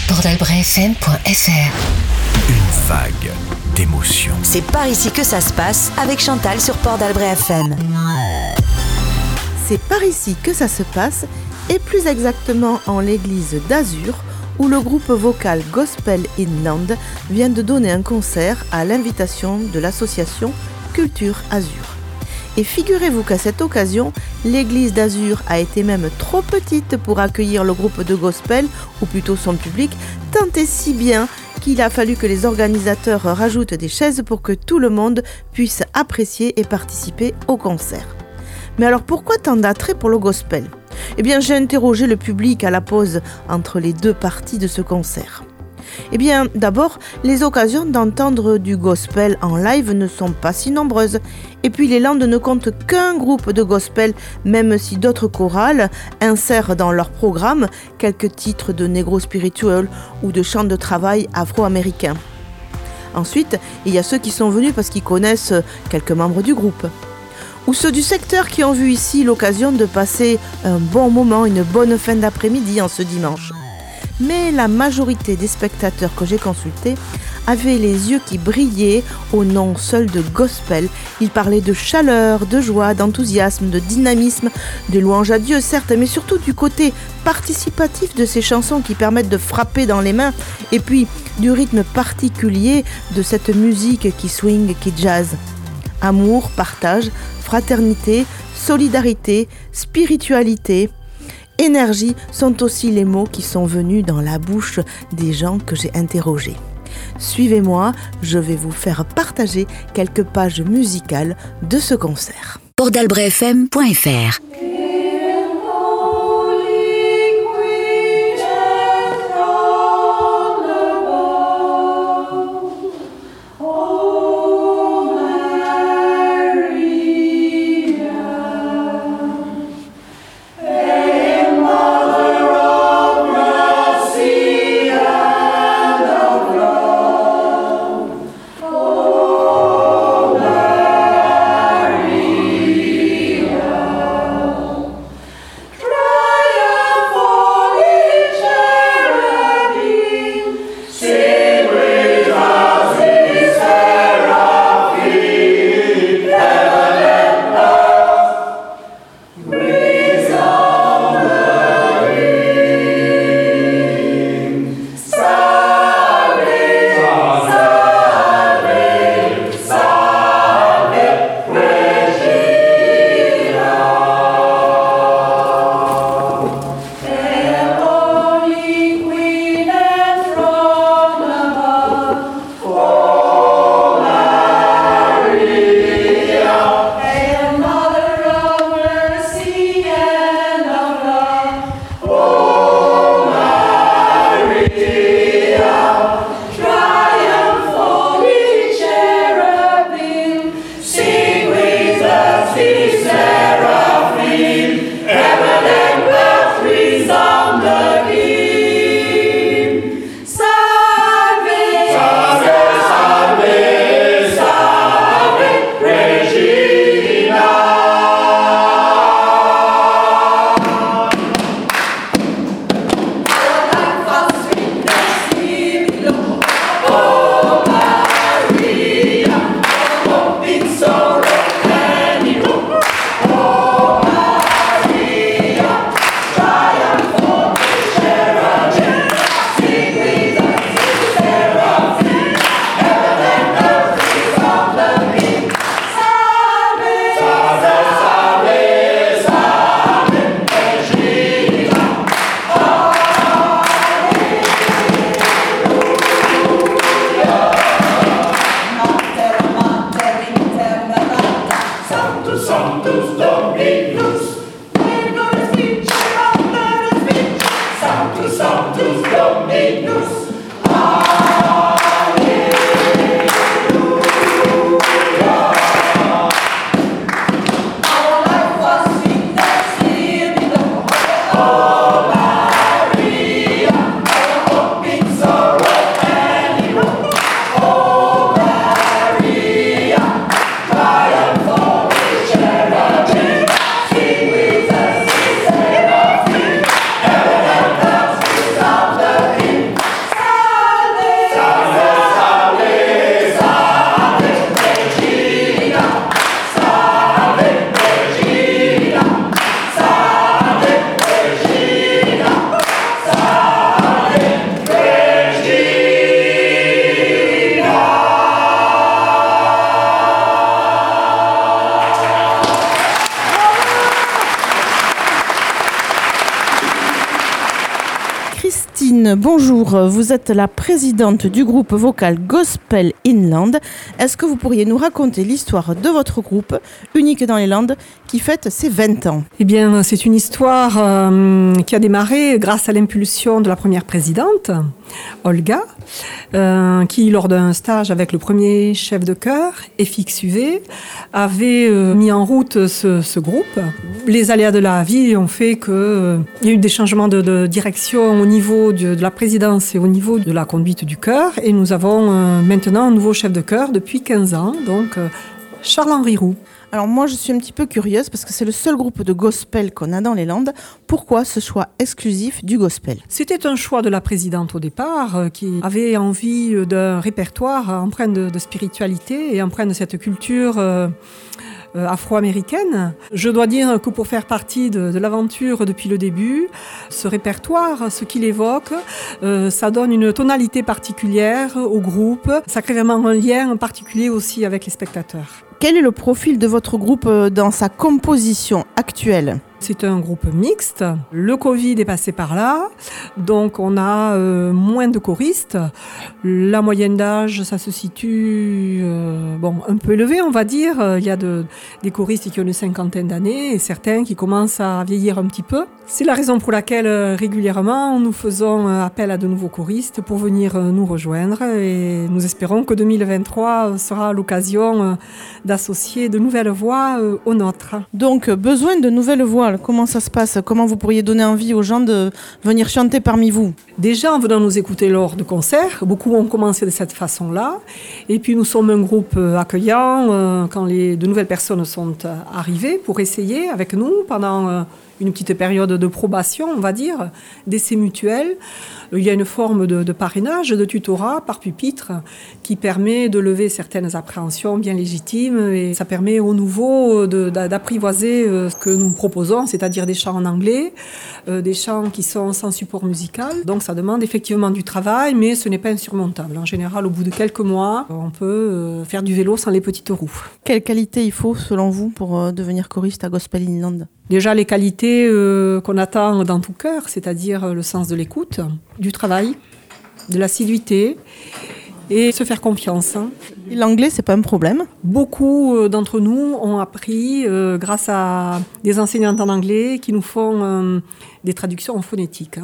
Bordelbrefm.fr. Une vague d'émotions. C'est par ici que ça se passe avec Chantal sur Port d'Albret FM. C'est par ici que ça se passe, et plus exactement en l'église d'Azur, où le groupe vocal Gospel Inland vient de donner un concert à l'invitation de l'association Culture Azur. Et figurez-vous qu'à cette occasion, l'église d'Azur a été même trop petite pour accueillir le groupe de gospel, ou plutôt son public, tant et si bien qu'il a fallu que les organisateurs rajoutent des chaises pour que tout le monde puisse apprécier et participer au concert. Mais alors pourquoi tant d'attrait pour le gospel ? Eh bien, j'ai interrogé le public à la pause entre les deux parties de ce concert. Eh bien, d'abord, les occasions d'entendre du gospel en live ne sont pas si nombreuses. Et puis, les Landes ne comptent qu'un groupe de gospel, même si d'autres chorales insèrent dans leur programme quelques titres de négro spirituel ou de chants de travail afro-américains. Ensuite, il y a ceux qui sont venus parce qu'ils connaissent quelques membres du groupe. Ou ceux du secteur qui ont vu ici l'occasion de passer un bon moment, une bonne fin d'après-midi en ce dimanche. Mais la majorité des spectateurs que j'ai consultés avaient les yeux qui brillaient au nom seul de gospel. Ils parlaient de chaleur, de joie, d'enthousiasme, de dynamisme, de louange à Dieu certes, mais surtout du côté participatif de ces chansons qui permettent de frapper dans les mains, et puis du rythme particulier de cette musique qui swing, qui jazz. Amour, partage, fraternité, solidarité, spiritualité, énergie sont aussi les mots qui sont venus dans la bouche des gens que j'ai interrogés. Suivez-moi, je vais vous faire partager quelques pages musicales de ce concert. Bordelbrefm.fr. Christine, bonjour. Vous êtes la présidente du groupe vocal Gospel Inland. Est-ce que vous pourriez nous raconter l'histoire de votre groupe, unique dans les Landes, qui fête ses 20 ans ? Eh bien, c'est une histoire qui a démarré grâce à l'impulsion de la première présidente, Olga, qui, lors d'un stage avec le premier chef de chœur, FX UV, avait mis en route ce groupe. Les aléas de la vie ont fait qu'il y a eu des changements de direction au niveau de la présidence et au niveau de la conduite du chœur. Et nous avons maintenant un nouveau chef de chœur depuis 15 ans, donc Charles-Henri Roux. Alors moi, je suis un petit peu curieuse parce que c'est le seul groupe de gospel qu'on a dans les Landes. Pourquoi ce choix exclusif du gospel ? C'était un choix de la présidente au départ qui avait envie d'un répertoire empreint de spiritualité et empreint de cette culture afro-américaine. Je dois dire que pour faire partie de l'aventure depuis le début, ce répertoire, ce qu'il évoque, ça donne une tonalité particulière au groupe. Ça crée vraiment un lien particulier aussi avec les spectateurs. Quel est le profil de votre groupe dans sa composition actuelle ? C'est un groupe mixte. Le Covid est passé par là, donc on a moins de choristes. La moyenne d'âge, ça se situe un peu élevé, on va dire. Il y a des choristes qui ont une cinquantaine d'années et certains qui commencent à vieillir un petit peu. C'est la raison pour laquelle régulièrement nous faisons appel à de nouveaux choristes pour venir nous rejoindre et nous espérons que 2023 sera l'occasion d'associer de nouvelles voix aux nôtres. Donc, besoin de nouvelles voix. Comment ça se passe ? Comment vous pourriez donner envie aux gens de venir chanter parmi vous ? Déjà, en venant nous écouter lors de concerts, beaucoup ont commencé de cette façon-là. Et puis, nous sommes un groupe accueillant quand de nouvelles personnes sont arrivées pour essayer avec nous pendant une petite période de probation, on va dire, d'essai mutuel. Il y a une forme de parrainage, de tutorat par pupitre qui permet de lever certaines appréhensions bien légitimes et ça permet aux nouveaux d'apprivoiser ce que nous proposons, c'est-à-dire des chants en anglais, des chants qui sont sans support musical. Donc ça demande effectivement du travail, mais ce n'est pas insurmontable. En général, au bout de quelques mois, on peut faire du vélo sans les petites roues. Quelle qualité il faut, selon vous, pour devenir choriste à Gospel Inland ? Déjà, les qualités qu'on attend dans tout cœur, c'est-à-dire le sens de l'écoute, du travail, de l'assiduité et se faire confiance. Et l'anglais, c'est pas un problème ? Beaucoup d'entre nous ont appris grâce à des enseignantes en anglais qui nous font des traductions en phonétique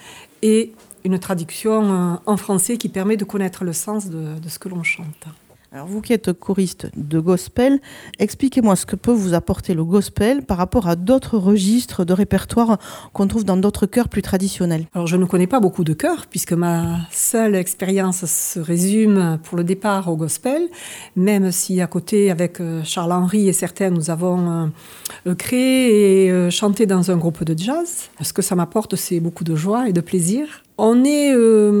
et une traduction en français qui permet de connaître le sens de ce que l'on chante. Alors vous qui êtes choriste de gospel, expliquez-moi ce que peut vous apporter le gospel par rapport à d'autres registres de répertoire qu'on trouve dans d'autres chœurs plus traditionnels. Alors je ne connais pas beaucoup de chœurs puisque ma seule expérience se résume pour le départ au gospel, même si à côté avec Charles-Henri et certains nous avons créé et chanté dans un groupe de jazz. Ce que ça m'apporte, c'est beaucoup de joie et de plaisir. On est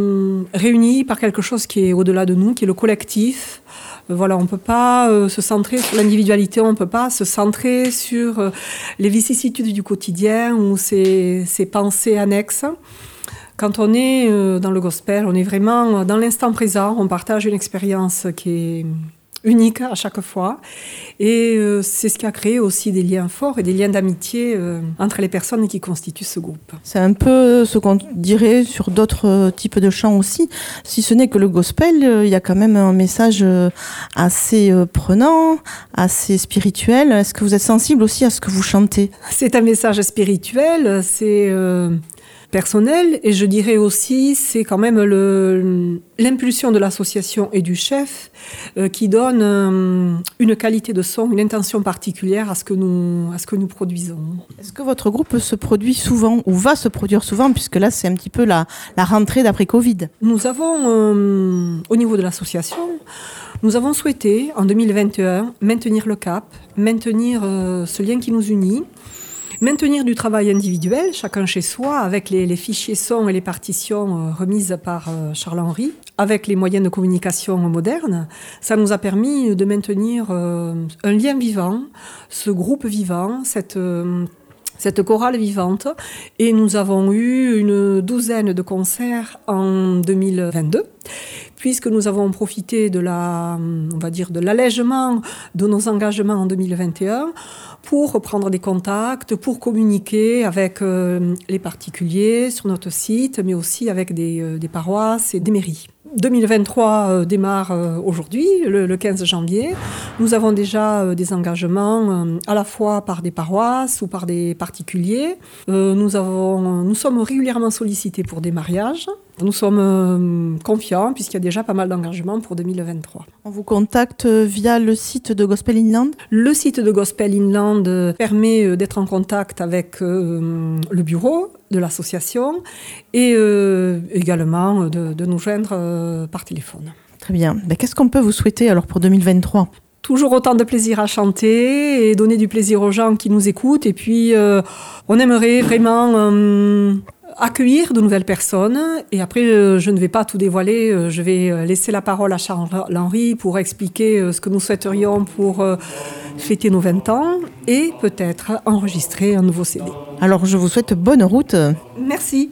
réunis par quelque chose qui est au-delà de nous, qui est le collectif. Voilà, on ne peut pas se centrer sur l'individualité, on ne peut pas se centrer sur les vicissitudes du quotidien ou ces pensées annexes. Quand on est dans le gospel, on est vraiment dans l'instant présent, on partage une expérience qui est unique à chaque fois. Et c'est ce qui a créé aussi des liens forts et des liens d'amitié entre les personnes qui constituent ce groupe. C'est un peu ce qu'on dirait sur d'autres types de chants aussi. Si ce n'est que le gospel, il y a quand même un message assez prenant, assez spirituel. Est-ce que vous êtes sensible aussi à ce que vous chantez ? C'est un message spirituel, c'est personnel et je dirais aussi c'est quand même l'impulsion de l'association et du chef qui donne une qualité de son, une intention particulière à ce que nous produisons. Est-ce que votre groupe se produit souvent ou va se produire souvent puisque là c'est un petit peu la rentrée d'après Covid ? Nous avons au niveau de l'association, nous avons souhaité en 2021 maintenir le cap, maintenir ce lien qui nous unit. Maintenir du travail individuel, chacun chez soi, avec les fichiers sons et les partitions remises par Charles-Henri, avec les moyens de communication modernes, ça nous a permis de maintenir un lien vivant, ce groupe vivant, cette chorale vivante. Et nous avons eu une douzaine de concerts en 2022, puisque nous avons profité de l'allègement de nos engagements en 2021 pour prendre des contacts, pour communiquer avec les particuliers sur notre site, mais aussi avec des paroisses et des mairies. 2023 démarre aujourd'hui, le 15 janvier. Nous avons déjà des engagements à la fois par des paroisses ou par des particuliers. Nous sommes régulièrement sollicités pour des mariages. Nous sommes confiants puisqu'il y a déjà pas mal d'engagements pour 2023. On vous contacte via le site de Gospel Inland ? Le site de Gospel Inland permet d'être en contact avec le bureau de l'association et également de nous joindre par téléphone. Très bien. Qu'est-ce qu'on peut vous souhaiter alors pour 2023 ? Toujours autant de plaisir à chanter et donner du plaisir aux gens qui nous écoutent. Et puis, on aimerait vraiment accueillir de nouvelles personnes. Et après, je ne vais pas tout dévoiler. Je vais laisser la parole à Charles-Henri pour expliquer ce que nous souhaiterions pour fêter nos 20 ans et peut-être enregistrer un nouveau CD. Alors, je vous souhaite bonne route. Merci.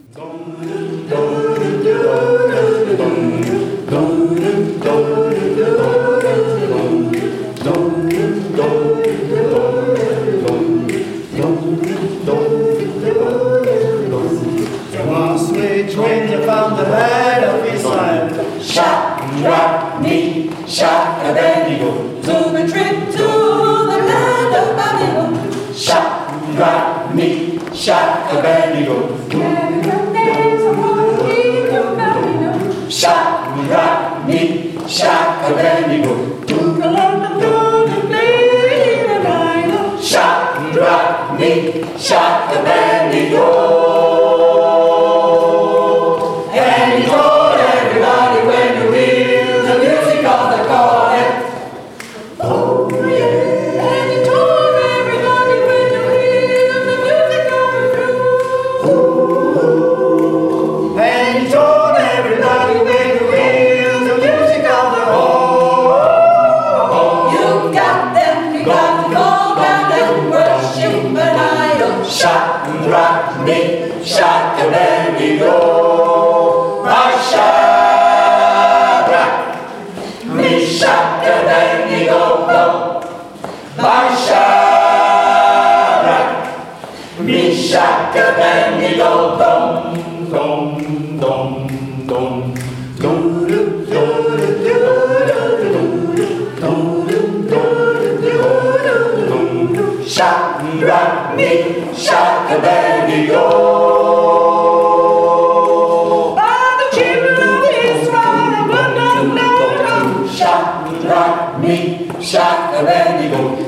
From the land of Israel, Shadrach, Meshach, Abednego, to the trip to the land of Babylon. Shadrach, Meshach, Abednego, Shadrach, Meshach, Abednego, took a lot of gold and made an idol. Shadrach, Meshach, Abednego. And he told everybody when you hear the music of the cornet. Oh yeah. And he told everybody when you hear the music of the flute. Ooh. And he told everybody when you hear the music of the horn. You got them, you got to go down and worship an idol. Shadrach, Meshach, Abednego. Meshach, Abednego, Meshach, Abednego, dum, dum, dum, dum, dum, Shadrach, Meshach, Abednego. Shadrach, Meshach, Abednego,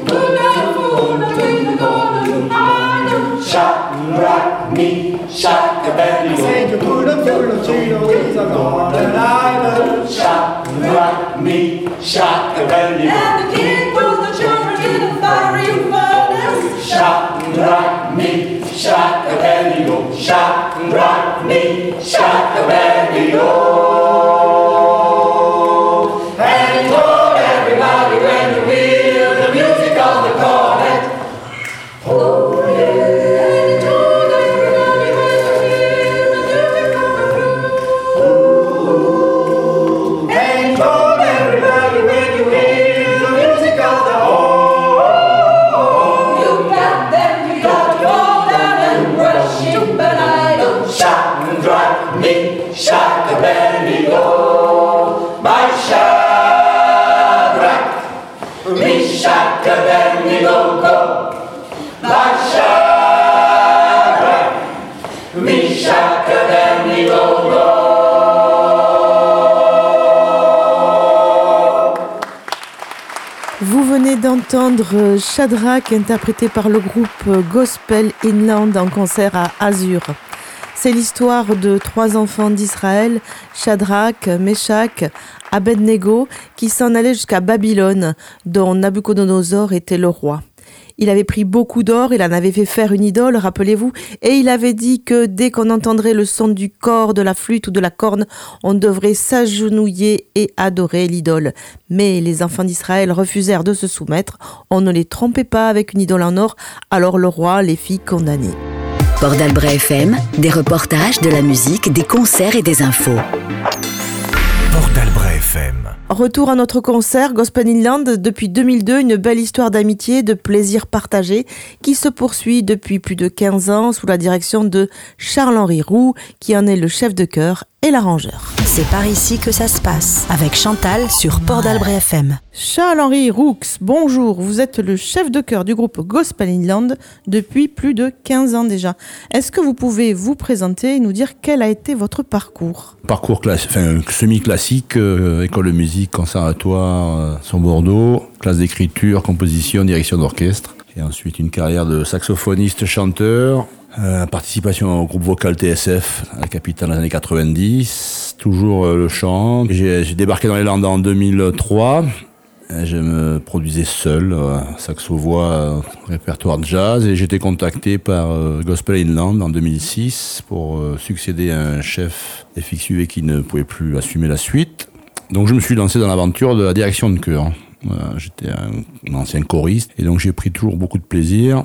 Shadrach, Meshach, Abednego. Say you put a full of Cheetos on an island. Shadrach, Meshach, Abednego. And the king put the children in the fiery furnace. Shadrach, Meshach, Abednego. Shadrach, Meshach, Abednego. When you hear the music of the cornet, oh yeah. And he told everybody when you hear the music of the flute. Ooh. And he told everybody when you hear the music of the horn. You got them, you got to go down and worship an idol. Shadrach, Meshach, Abednego, my Meshach, Abednego, Meshach, Abednego. Vous venez d'entendre Shadrach interprété par le groupe Gospel Inland en concert à Azur. C'est l'histoire de 3 enfants d'Israël, Shadrach, Meshach, Abednego, qui s'en allaient jusqu'à Babylone, dont Nabuchodonosor était le roi. Il avait pris beaucoup d'or, il en avait fait faire une idole, rappelez-vous, et il avait dit que dès qu'on entendrait le son du cor, de la flûte ou de la corne, on devrait s'agenouiller et adorer l'idole. Mais les enfants d'Israël refusèrent de se soumettre, on ne les trompait pas avec une idole en or, alors le roi les fit condamner. Port d'Albret FM, des reportages, de la musique, des concerts et des infos. Port d'Albret FM. Retour à notre concert Gospel Inland, depuis 2002, une belle histoire d'amitié, de plaisir partagé qui se poursuit depuis plus de 15 ans sous la direction de Charles-Henri Roux qui en est le chef de chœur et l'arrangeur. C'est par ici que ça se passe, avec Chantal sur Port d'Albret FM. Charles-Henri Roux, bonjour, vous êtes le chef de chœur du groupe Gospel Inland depuis plus de 15 ans déjà. Est-ce que vous pouvez vous présenter et nous dire quel a été votre parcours ? Parcours semi-classique, école de musique, conservatoire sur Bordeaux, classe d'écriture, composition, direction d'orchestre. Et ensuite une carrière de saxophoniste-chanteur, participation au groupe vocal TSF à la capitale dans les années 90, toujours le chant. J'ai débarqué dans les Landes en 2003. Je me produisais seul, saxo-voix, répertoire de jazz, et j'étais contacté par Gospel Inland en 2006 pour succéder à un chef FXUV qui ne pouvait plus assumer la suite. Donc je me suis lancé dans l'aventure de la direction de chœur. Voilà, j'étais un ancien choriste, et donc j'ai pris toujours beaucoup de plaisir.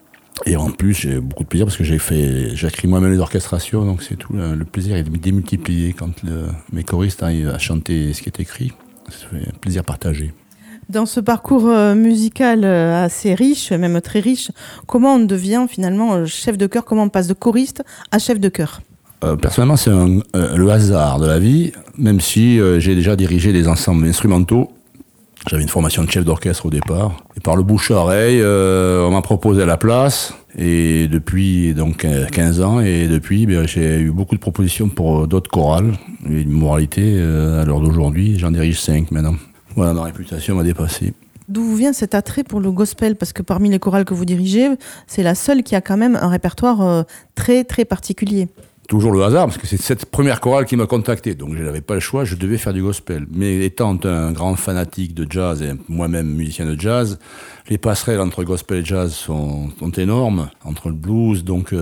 Et en plus, j'ai beaucoup de plaisir parce que j'écris moi-même les orchestrations, donc c'est tout, le plaisir est démultiplié quand mes choristes arrivent à chanter ce qui est écrit. Ça fait un plaisir partagé. Dans ce parcours musical assez riche, même très riche, comment on devient finalement chef de chœur ? Comment on passe de choriste à chef de chœur ? Personnellement, c'est le hasard de la vie, même si j'ai déjà dirigé des ensembles instrumentaux. J'avais une formation de chef d'orchestre au départ. Et par le bouche à oreille, on m'a proposé la place. Et depuis donc 15 ans, et depuis, j'ai eu beaucoup de propositions pour d'autres chorales. Et une moralité, à l'heure d'aujourd'hui, j'en dirige 5 maintenant. Voilà, ma réputation m'a dépassé. D'où vous vient cet attrait pour le gospel ? Parce que parmi les chorales que vous dirigez, c'est la seule qui a quand même un répertoire très très particulier. Toujours le hasard, parce que c'est cette première chorale qui m'a contacté, donc je n'avais pas le choix, je devais faire du gospel. Mais étant un grand fanatique de jazz, et moi-même musicien de jazz, les passerelles entre gospel et jazz sont énormes, entre le blues, donc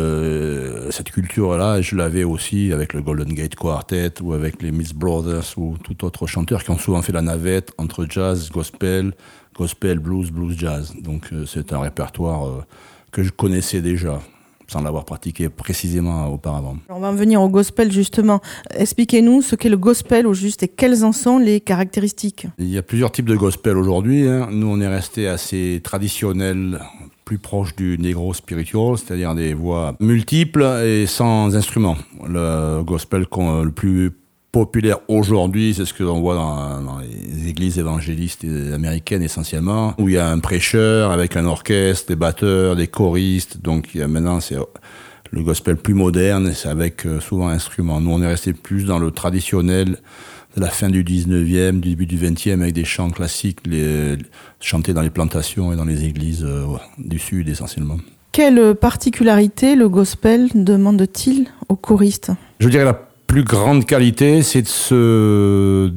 cette culture-là, je l'avais aussi avec le Golden Gate Quartet, ou avec les Mills Brothers, ou tout autre chanteur qui ont souvent fait la navette entre jazz, gospel, blues, jazz. Donc c'est un répertoire que je connaissais déjà, sans l'avoir pratiqué précisément auparavant. Alors on va en venir au gospel justement. Expliquez-nous ce qu'est le gospel au juste et quelles en sont les caractéristiques. Il y a plusieurs types de gospel aujourd'hui. Nous, on est resté assez traditionnel, plus proche du negro spiritual, c'est-à-dire des voix multiples et sans instruments. Le gospel le plus populaire aujourd'hui, c'est ce que l'on voit dans les églises évangélistes américaines essentiellement, où il y a un prêcheur avec un orchestre, des batteurs, des choristes. Donc maintenant, c'est le gospel plus moderne, c'est avec souvent instruments. Nous, on est resté plus dans le traditionnel de la fin du 19e, du début du 20e, avec des chants classiques chantés dans les plantations et dans les églises du Sud essentiellement. Quelle particularité le gospel demande-t-il aux choristes ? Je dirais la plus grande qualité, c'est de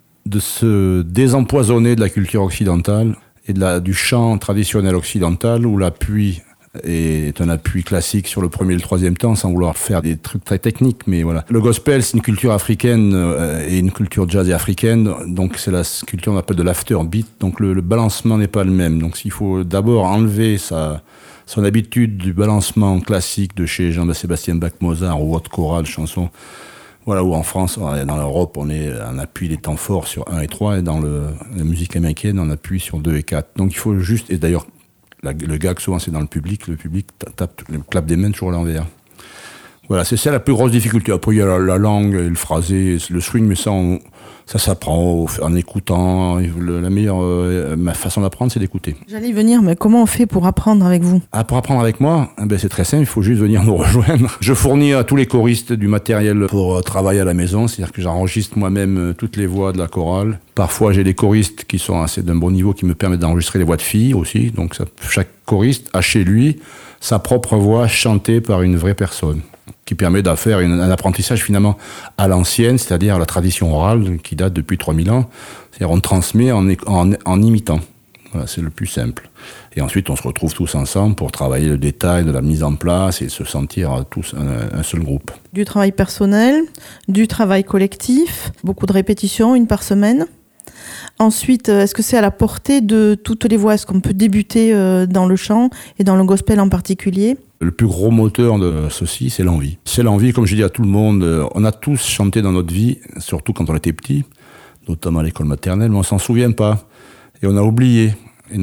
se désempoisonner de la culture occidentale et du chant traditionnel occidental où l'appui est un appui classique sur le premier et le troisième temps sans vouloir faire des trucs très techniques, mais voilà. Le gospel, c'est une culture africaine et une culture jazz africaine, donc c'est la culture qu'on appelle de l'afterbeat, donc le balancement n'est pas le même. Donc il faut d'abord enlever son habitude du balancement classique de chez Jean-Sébastien Bach-Mozart ou autre chorale, chanson. Voilà, où en France, dans l'Europe, on appuie les temps forts sur 1 et 3, et dans la musique américaine, on appuie sur 2 et 4. Donc il faut juste, et d'ailleurs, le gag souvent c'est dans le public clappe des mains toujours à l'envers. Voilà, c'est ça la plus grosse difficulté. Après, il y a la langue, le phrasé, le swing, mais ça s'apprend en écoutant. La meilleure ma façon d'apprendre, c'est d'écouter. J'allais y venir, mais comment on fait pour apprendre avec vous ? Pour apprendre avec moi, c'est très simple, il faut juste venir nous rejoindre. Je fournis à tous les choristes du matériel pour travailler à la maison, c'est-à-dire que j'enregistre moi-même toutes les voix de la chorale. Parfois, j'ai des choristes qui sont assez d'un bon niveau qui me permettent d'enregistrer les voix de filles aussi. Donc chaque choriste a chez lui sa propre voix chantée par une vraie personne, qui permet de faire un apprentissage finalement à l'ancienne, c'est-à-dire la tradition orale qui date depuis 3000 ans. C'est-à-dire on transmet en imitant. Voilà, c'est le plus simple. Et ensuite, on se retrouve tous ensemble pour travailler le détail de la mise en place et se sentir tous un seul groupe. Du travail personnel, du travail collectif, beaucoup de répétitions, 1 par semaine. Ensuite, est-ce que c'est à la portée de toutes les voix ? Est-ce qu'on peut débuter dans le chant et dans le gospel en particulier ? Le plus gros moteur de ceci, c'est l'envie. C'est l'envie, comme je dis à tout le monde, on a tous chanté dans notre vie, surtout quand on était petit, notamment à l'école maternelle, mais on s'en souvient pas. Et on a oublié. Et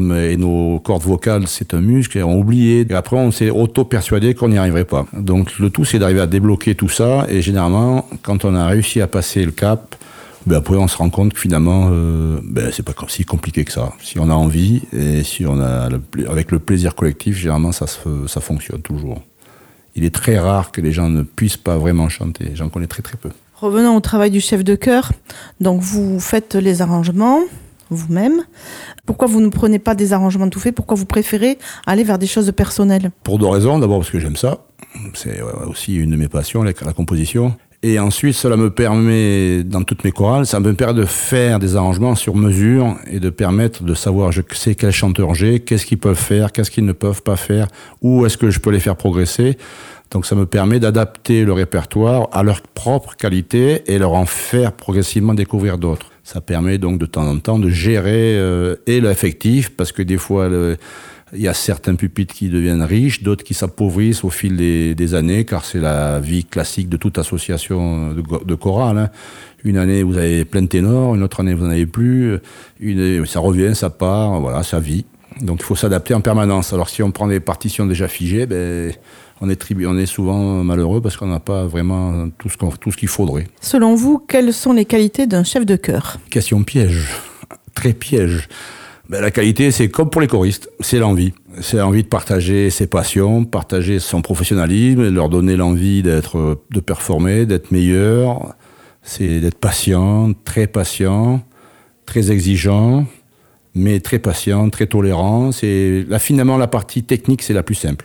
nos cordes vocales, c'est un muscle, et on a oublié. Et après, on s'est auto-persuadé qu'on n'y arriverait pas. Donc le tout, c'est d'arriver à débloquer tout ça. Et généralement, quand on a réussi à passer le cap, après on se rend compte que finalement, c'est pas si compliqué que ça. Si on a envie, et si on a avec le plaisir collectif, généralement, ça fonctionne toujours. Il est très rare que les gens ne puissent pas vraiment chanter. J'en connais très très peu. Revenons au travail du chef de chœur. Donc vous faites les arrangements vous-même. Pourquoi vous ne prenez pas des arrangements tout faits ? Pourquoi vous préférez aller vers des choses personnelles ? Pour 2 raisons. D'abord parce que j'aime ça. C'est aussi une de mes passions, la composition. Et ensuite, cela me permet, dans toutes mes chorales, ça me permet de faire des arrangements sur mesure et de permettre de savoir, je sais quel chanteur j'ai, qu'est-ce qu'ils peuvent faire, qu'est-ce qu'ils ne peuvent pas faire, où est-ce que je peux les faire progresser. Donc ça me permet d'adapter le répertoire à leur propre qualité et leur en faire progressivement découvrir d'autres. Ça permet donc de temps en temps de gérer et l'affectif, parce que des fois, il y a certains pupitres qui deviennent riches, d'autres qui s'appauvrissent au fil des années, car c'est la vie classique de toute association de chorale. Hein. Une année, vous avez plein de ténors, une autre année, vous n'en avez plus. Ça revient, ça part, voilà, ça vit. Donc il faut s'adapter en permanence. Alors si on prend des partitions déjà figées, on est souvent malheureux parce qu'on n'a pas vraiment tout ce qu'il faudrait. Selon vous, quelles sont les qualités d'un chef de chœur ? Question piège, très piège. La qualité, c'est comme pour les choristes, c'est l'envie. C'est l'envie de partager ses passions, partager son professionnalisme, leur donner l'envie de performer, d'être meilleur. C'est d'être patient, très exigeant, mais très patient, très tolérant. Finalement, la partie technique, c'est la plus simple.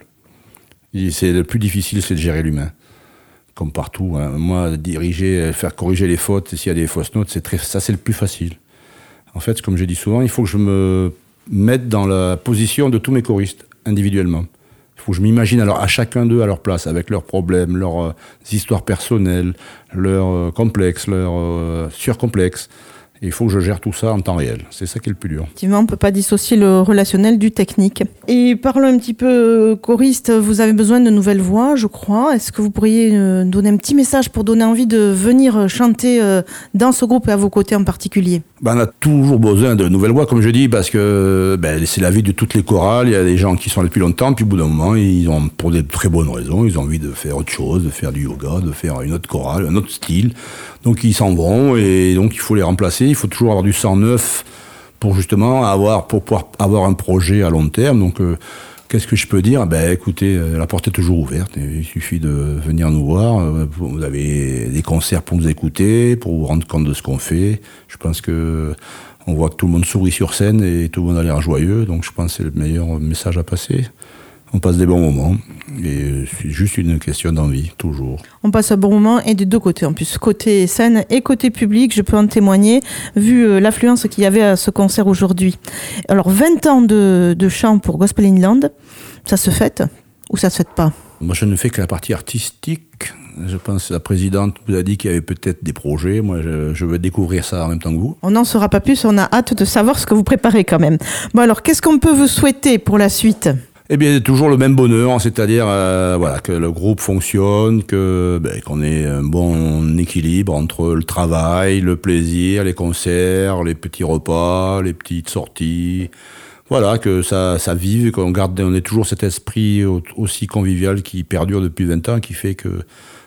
C'est le plus difficile, c'est de gérer l'humain. Comme partout. Hein. Moi, diriger, faire corriger les fautes, s'il y a des fausses notes, c'est le plus facile. En fait, comme je dis souvent, il faut que je me mette dans la position de tous mes choristes, individuellement. Il faut que je m'imagine alors à chacun d'eux à leur place, avec leurs problèmes, leurs histoires personnelles, leurs complexes, leurs surcomplexes. Et il faut que je gère tout ça en temps réel. C'est ça qui est le plus dur. Effectivement, on ne peut pas dissocier le relationnel du technique. Et parlons un petit peu choriste. Vous avez besoin de nouvelles voix, je crois. Est-ce que vous pourriez donner un petit message pour donner envie de venir chanter dans ce groupe et à vos côtés en particulier ? On a toujours besoin de nouvelles voix, comme je dis, parce que c'est la vie de toutes les chorales. Il y a des gens qui sont là depuis longtemps, puis au bout d'un moment, ils ont, pour des très bonnes raisons, ils ont envie de faire autre chose, de faire du yoga, de faire une autre chorale, un autre style. Donc ils s'en vont et donc il faut les remplacer. Il faut toujours avoir du sang neuf pour justement pour pouvoir avoir un projet à long terme. Donc qu'est-ce que je peux dire ? Écoutez, la porte est toujours ouverte. Il suffit de venir nous voir. Vous avez des concerts pour nous écouter, pour vous rendre compte de ce qu'on fait. Je pense que on voit que tout le monde sourit sur scène et tout le monde a l'air joyeux. Donc je pense que c'est le meilleur message à passer. On passe des bons moments et c'est juste une question d'envie, toujours. On passe un bon moment et des deux côtés en plus, côté scène et côté public, je peux en témoigner, vu l'affluence qu'il y avait à ce concert aujourd'hui. Alors 20 ans de chant pour Gospel Inland, ça se fête ou ça se fête pas ? Moi je ne fais que la partie artistique. Je pense que la présidente vous a dit qu'il y avait peut-être des projets. Moi je veux découvrir ça en même temps que vous. On n'en saura pas plus, on a hâte de savoir ce que vous préparez quand même. Bon alors, qu'est-ce qu'on peut vous souhaiter pour la suite ? Eh bien, toujours le même bonheur, c'est-à-dire que le groupe fonctionne, qu'on ait un bon équilibre entre le travail, le plaisir, les concerts, les petits repas, les petites sorties. Voilà, que ça vive, on ait toujours cet esprit aussi convivial qui perdure depuis 20 ans, qui fait que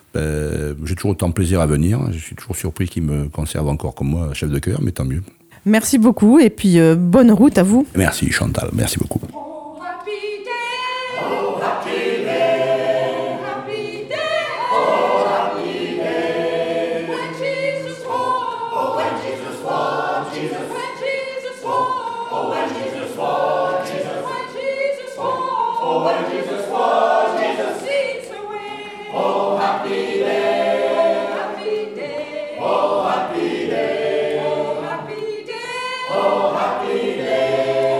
j'ai toujours autant de plaisir à venir. Je suis toujours surpris qu'ils me conservent encore comme moi, chef de chœur, mais tant mieux. Merci beaucoup et puis bonne route à vous. Merci Chantal, merci beaucoup. Oh, happy day.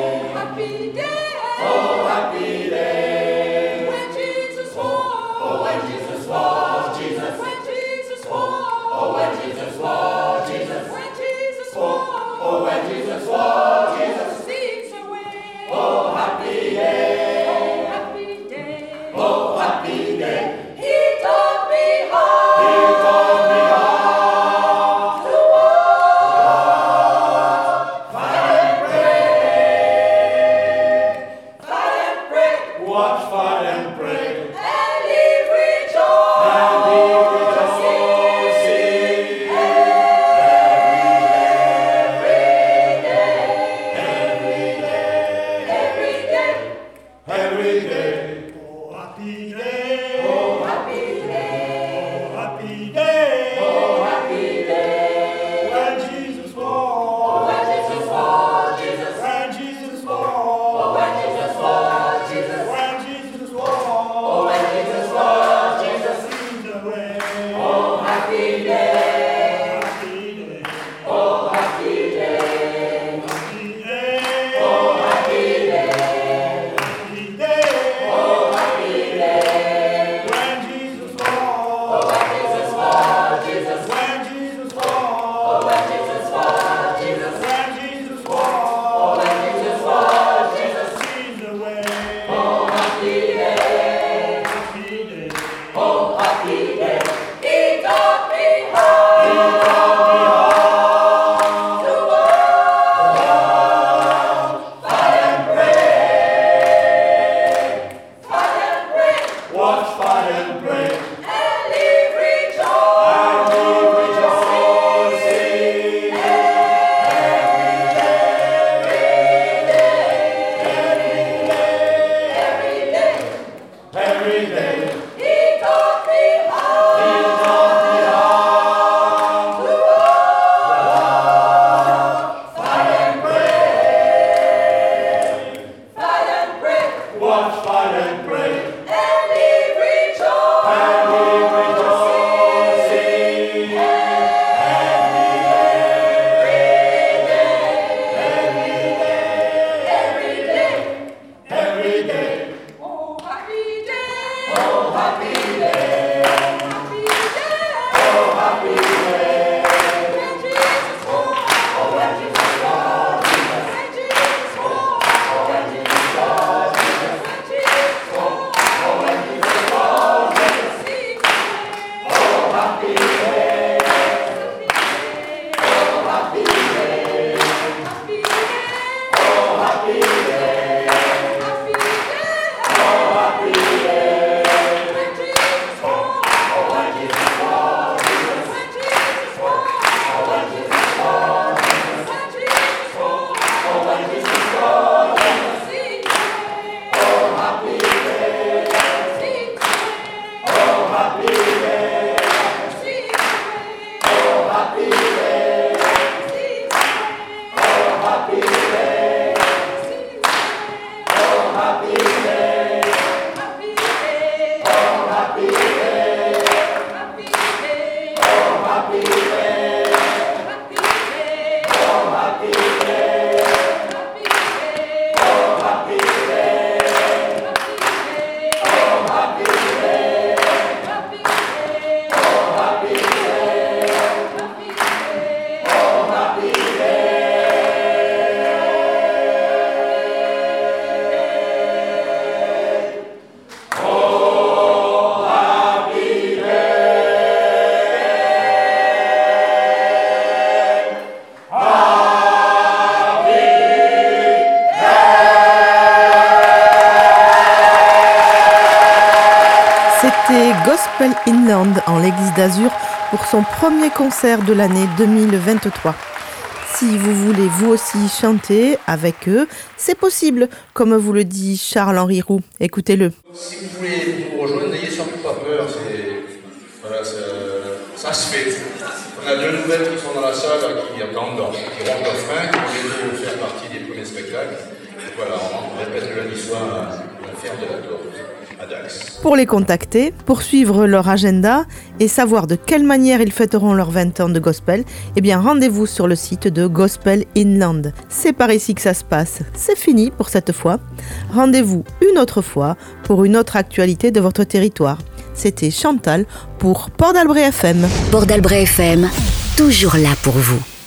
C'était Gospel Inland en l'église d'Azur pour son premier concert de l'année 2023. Si vous voulez vous aussi chanter avec eux, c'est possible, comme vous le dit Charles-Henri Roux. Écoutez-le. Si vous voulez nous rejoindre, n'ayez surtout pas peur, ça se fait. On a 2 nouvelles qui sont dans la salle, qui attendent, qui rentrent au frein, qui vont bientôt faire partie des premiers spectacles. Voilà, on répète le lundi soir à la ferme de la Torre, à Dax. Pour les contacter, pour suivre leur agenda et savoir de quelle manière ils fêteront leurs 20 ans de gospel, eh bien rendez-vous sur le site de Gospel Inland. C'est par ici que ça se passe. C'est fini pour cette fois. Rendez-vous une autre fois pour une autre actualité de votre territoire. C'était Chantal pour Port d'Albret FM. Port d'Albret FM, toujours là pour vous.